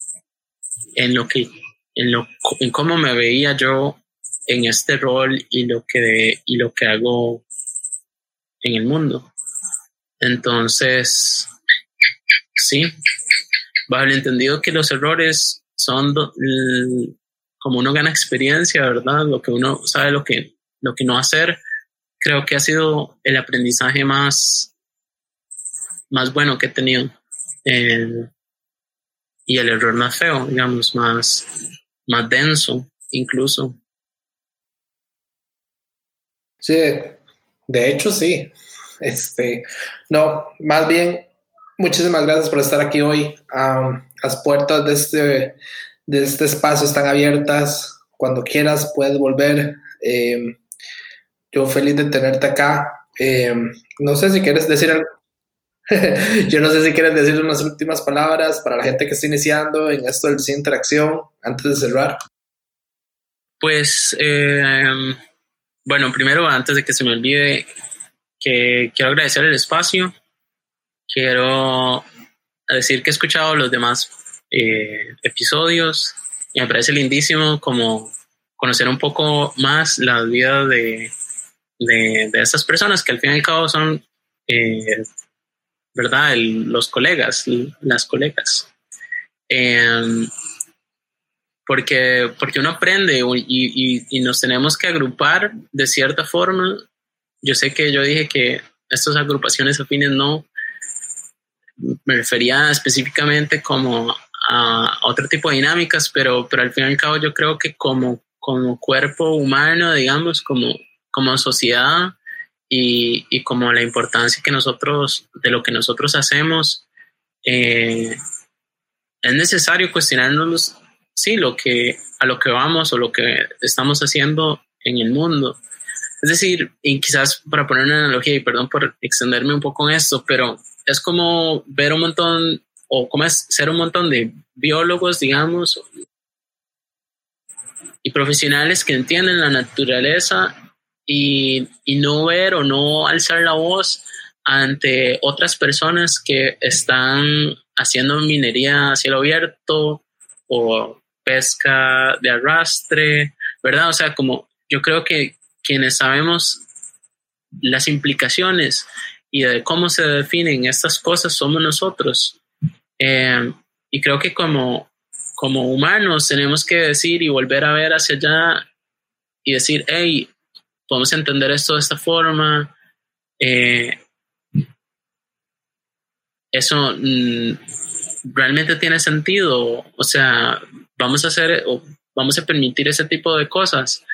cómo me veía yo en este rol y lo que hago en el mundo. Entonces, sí, bajo el entendido que los errores son como uno gana experiencia, ¿verdad? Lo que uno sabe, lo que no hacer, creo que ha sido el aprendizaje más bueno que he tenido. Y el error más feo, digamos, más denso, incluso. Sí, de hecho sí. No, más bien, muchísimas gracias por estar aquí hoy. Las puertas de este espacio están abiertas. Cuando quieras puedes volver. Yo feliz de tenerte acá. No sé si quieres decir algo. Yo no sé si quieres decir unas últimas palabras para la gente que está iniciando en esto del diseño de interacción antes de cerrar. Pues, bueno, primero, antes de que se me olvide, que quiero agradecer el espacio. Quiero decir que he escuchado los demás episodios y me parece lindísimo como conocer un poco más la vida de estas personas que al fin y al cabo son ¿verdad? Los colegas, las colegas. Porque uno aprende y nos tenemos que agrupar de cierta forma. Yo sé que yo dije que estas agrupaciones afines no, me refería específicamente como a otro tipo de dinámicas, pero al fin y al cabo yo creo que como cuerpo humano, digamos, como sociedad, y como la importancia que de lo que nosotros hacemos. Es necesario cuestionarnos, sí, a lo que vamos o lo que estamos haciendo en el mundo. Es decir, y quizás para poner una analogía, y perdón por extenderme un poco en esto, pero es como ver un montón, o como es ser un montón de biólogos, digamos, y profesionales que entienden la naturaleza y no ver o no alzar la voz ante otras personas que están haciendo minería a cielo abierto o pesca de arrastre, ¿verdad? O sea, como yo creo que quienes sabemos las implicaciones y de cómo se definen estas cosas somos nosotros. Y creo que como humanos tenemos que decir y volver a ver hacia allá y decir, hey, podemos entender esto de esta forma. Eso realmente tiene sentido. O sea, vamos a permitir ese tipo de cosas.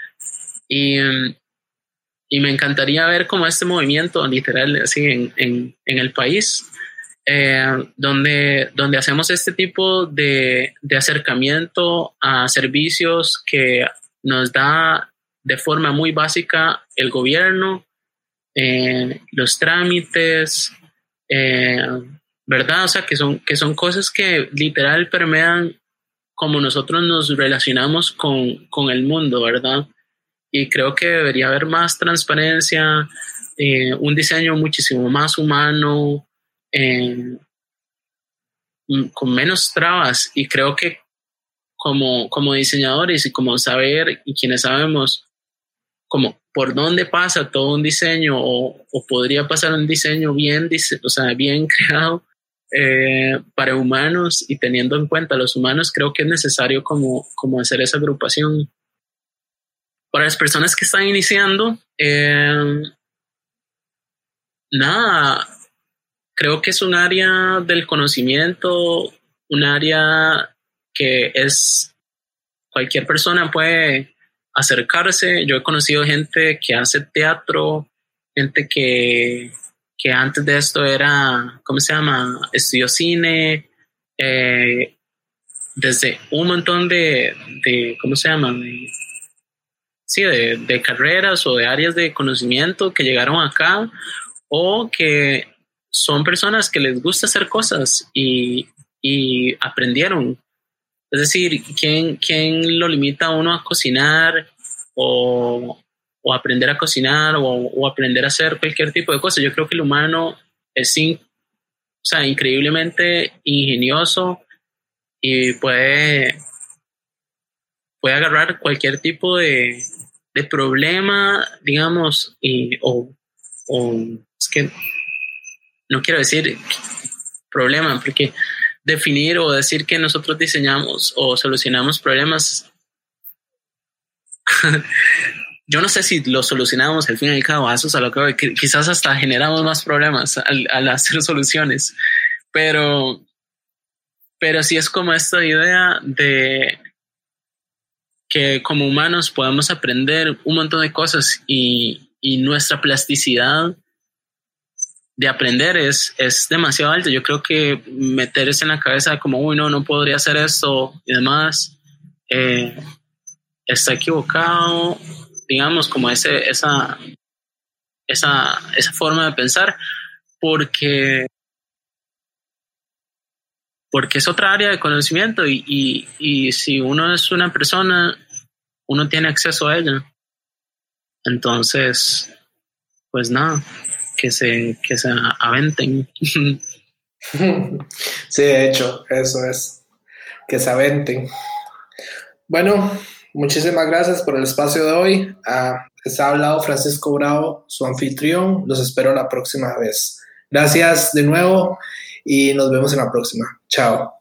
Y me encantaría ver como este movimiento literal así en el país, donde hacemos este tipo de acercamiento a servicios que nos da de forma muy básica el gobierno, los trámites, ¿verdad? O sea, que son cosas que literal permean como nosotros nos relacionamos con el mundo, ¿verdad? Y creo que debería haber más transparencia, un diseño muchísimo más humano, con menos trabas. Y creo que como diseñadores y como saber y quienes sabemos como por dónde pasa todo un diseño o podría pasar un diseño bien creado para humanos y teniendo en cuenta a los humanos, creo que es necesario como hacer esa agrupación. Para las personas que están iniciando, creo que es un área del conocimiento, un área que cualquier persona puede acercarse. Yo he conocido gente que hace teatro, gente que antes de esto estudió cine, desde un montón de carreras o de áreas de conocimiento que llegaron acá, o que son personas que les gusta hacer cosas y aprendieron. Es decir, ¿quién lo limita a uno a cocinar o aprender a cocinar o aprender a hacer cualquier tipo de cosa? Yo creo que el humano es increíblemente ingenioso y puede agarrar cualquier tipo de problema, digamos, o es que no quiero decir problema, porque definir o decir que nosotros diseñamos o solucionamos problemas, yo no sé si lo solucionamos al fin y al cabo, eso es a lo que voy, quizás hasta generamos más problemas al hacer soluciones, pero sí es como esta idea de que como humanos podemos aprender un montón de cosas y nuestra plasticidad de aprender es demasiado alta. Yo creo que meterse en la cabeza como, uy, no podría hacer esto y demás, está equivocado, digamos, como esa forma de pensar, porque es otra área de conocimiento y si uno es una persona, uno tiene acceso a ella. Entonces, pues nada, que se aventen. Sí, de hecho, eso es, que se aventen. Bueno, muchísimas gracias por el espacio de hoy. Les ha hablado Francisco Bravo, su anfitrión. Los espero la próxima vez. Gracias de nuevo y nos vemos en la próxima. Chao.